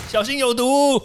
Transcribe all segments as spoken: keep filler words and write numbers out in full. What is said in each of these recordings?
小心有毒。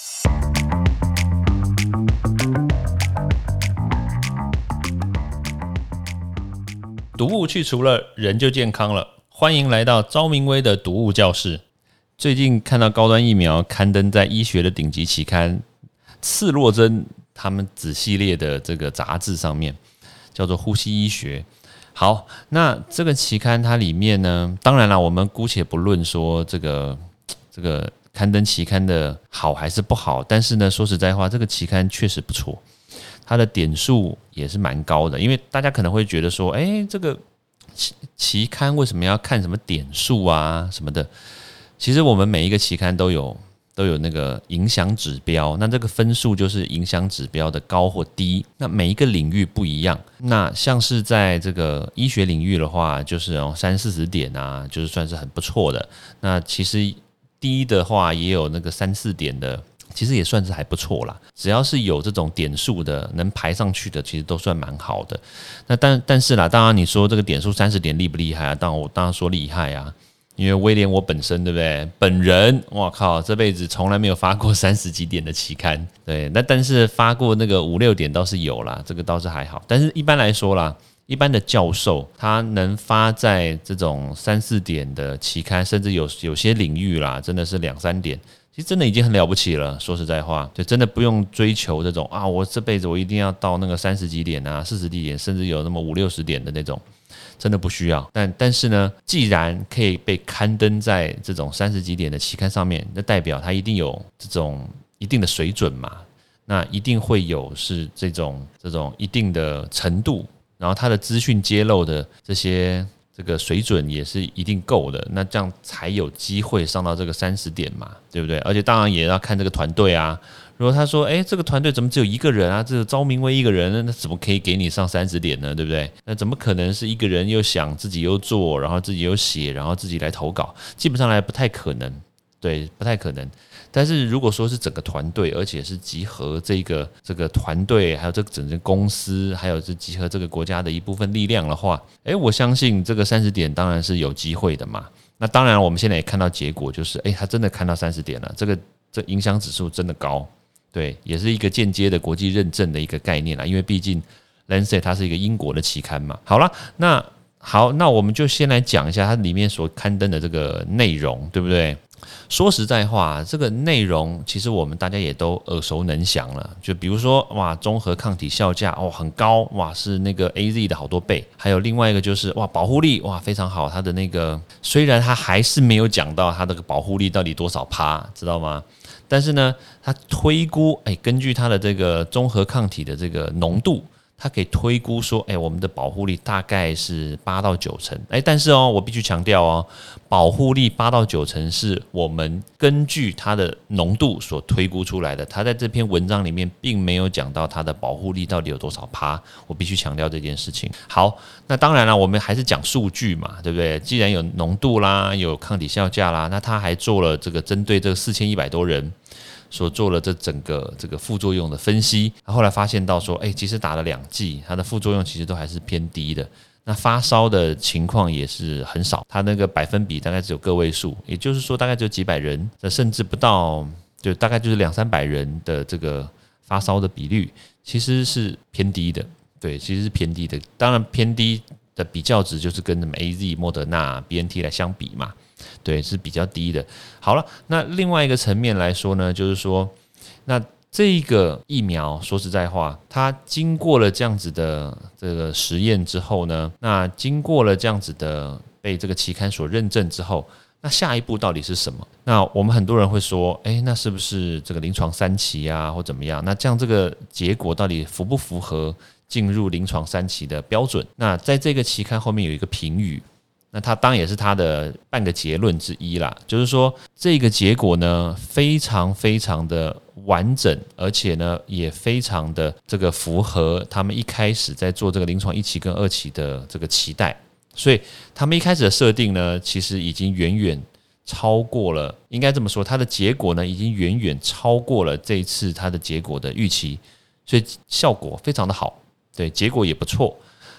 毒物去除了，人就健康了。欢迎来到昭明威的毒物教室。最近看到高端疫苗刊登在医学的顶级期刊《刺络针》他们子系列的这个杂志上面，叫做《呼吸医学》。好，那这个期刊它里面呢，当然啦，我们姑且不论说这个这个刊登期刊的好还是不好，但是呢，说实在话，这个期刊确实不错。它的点数也是蛮高的，因为大家可能会觉得说，哎、欸，这个期刊为什么要看什么点数啊什么的？其实我们每一个期刊都有都有那个影响指标，那这个分数就是影响指标的高或低。那每一个领域不一样，那像是在这个医学领域的话，就是哦三四十点啊，就是算是很不错的。那其实低的话也有那个三四点的。其实也算是还不错啦，只要是有这种点数的，能排上去的，其实都算蛮好的。那但但是啦，当然你说这个点数三十点厉不厉害啊？当然我当然说厉害啊，因为威廉我本身对不对？本人哇靠，这辈子从来没有发过三十几点的期刊，对，那但是发过那个五六点倒是有啦，这个倒是还好。但是一般来说啦，一般的教授他能发在这种三四点的期刊，甚至有有些领域啦，真的是两三点。其实真的已经很了不起了，说实在话，就真的不用追求这种啊，我这辈子我一定要到那个三十几点啊、四十几点，甚至有那么五六十点的那种，真的不需要。但但是呢，既然可以被刊登在这种三十几点的期刊上面，那代表它一定有这种一定的水准嘛，那一定会有是这种这种一定的程度，然后它的资讯揭露的这些。这个水准也是一定够的，那这样才有机会上到这个三十点嘛，对不对？而且当然也要看这个团队啊。如果他说，哎，这个团队怎么只有一个人啊？这个昭明威一个人，那怎么可以给你上三十点呢？对不对？那怎么可能是一个人又想自己又做，然后自己又写，然后自己来投稿？基本上来不太可能，对，不太可能。但是如果说是整个团队，而且是集合这个这个团队，还有这个整个公司，还有是集合这个国家的一部分力量的话，哎，我相信这个三十点当然是有机会的嘛。那当然，我们现在也看到结果，就是哎，他真的看到三十点了，这个这影响指数真的高，对，也是一个间接的国际认证的一个概念啦。因为毕竟 Lancet 它是一个英国的期刊嘛。好了，那好，那我们就先来讲一下它里面所刊登的这个内容，对不对？说实在话，这个内容其实我们大家也都耳熟能详了。就比如说，哇，综合抗体效价哦很高，哇是那个 A Z 的好多倍。还有另外一个就是哇保护力哇非常好，它的那个虽然它还是没有讲到它的保护力到底多少趴，知道吗？但是呢，它推估，哎，根据它的这个综合抗体的这个浓度。它可以推估说，哎，我们的保护力大概是八到九成，哎，但是哦，我必须强调哦，保护力八到九成是我们根据它的浓度所推估出来的，它在这篇文章里面并没有讲到它的保护力到底有多少趴，我必须强调这件事情。好，那当然了，我们还是讲数据嘛，对不对？既然有浓度啦，有抗体效价啦，那他还做了这个针对这个四千一百多人。所做了这整个这个副作用的分析，后来发现到说，哎，其实打了两剂，它的副作用其实都还是偏低的。那发烧的情况也是很少，它那个百分比大概只有个位数，也就是说大概只有几百人，甚至不到，就大概就是两三百人的这个发烧的比率，其实是偏低的。对，其实是偏低的。当然偏低的比较值就是跟什么 A Z、莫德纳、B N T 来相比嘛。对，是比较低的。好了，那另外一个层面来说呢，就是说，那这个疫苗，说实在话，它经过了这样子的这个实验之后呢，那经过了这样子的被这个期刊所认证之后，那下一步到底是什么？那我们很多人会说，哎，那是不是这个临床三期啊，或怎么样？那这样这个结果到底符不符合进入临床三期的标准？那在这个期刊后面有一个评语。那它当然也是它的半个结论之一啦，就是说这个结果呢非常非常的完整，而且呢也非常的这个符合他们一开始在做这个临床一期跟二期的这个期待，所以他们一开始的设定呢，其实已经远远超过了，应该这么说，它的结果呢已经远远超过了这一次它的结果的预期，所以效果非常的好，对，结果也不错。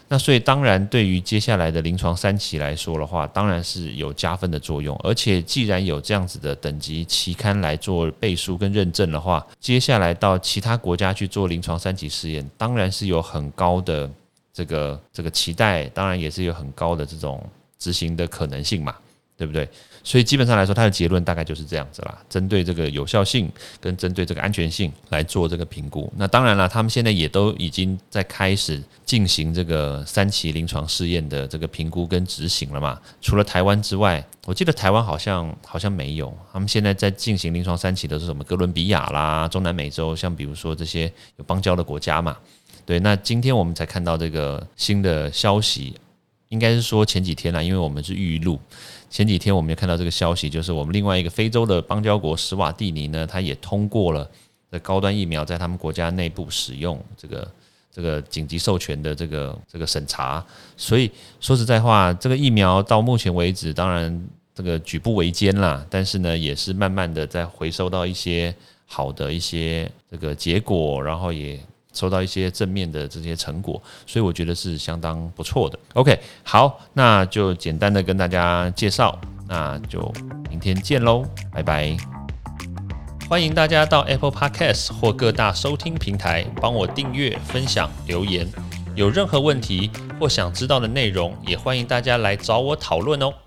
那所以当然对于接下来的临床三期来说的话，当然是有加分的作用。而且既然有这样子的等级期刊来做背书跟认证的话，接下来到其他国家去做临床三期试验，当然是有很高的这个这个期待，当然也是有很高的这种执行的可能性嘛，对不对？所以基本上来说，它的结论大概就是这样子啦，针对这个有效性跟针对这个安全性来做这个评估。那当然啦，他们现在也都已经在开始进行这个三期临床试验的这个评估跟执行了嘛。除了台湾之外，我记得台湾好像好像没有，他们现在在进行临床三期的是什么哥伦比亚啦、中南美洲，像比如说这些有邦交的国家嘛。对，那今天我们才看到这个新的消息，应该是说前几天啦，因为我们是预录。前几天我们也看到这个消息，就是我们另外一个非洲的邦交国史瓦蒂尼呢，它也通过了这高端疫苗在他们国家内部使用这个这个紧急授权的这个这个审查。所以说实在话，这个疫苗到目前为止，当然这个举步维艰啦，但是呢，也是慢慢的在回收到一些好的一些这个结果，然后也收到一些正面的这些成果，所以我觉得是相当不错的。OK， 好，那就简单的跟大家介绍，那就明天见喽，拜拜。欢迎大家到 Apple Podcast 或各大收听平台帮我订阅、分享、留言。有任何问题或想知道的内容，也欢迎大家来找我讨论哦。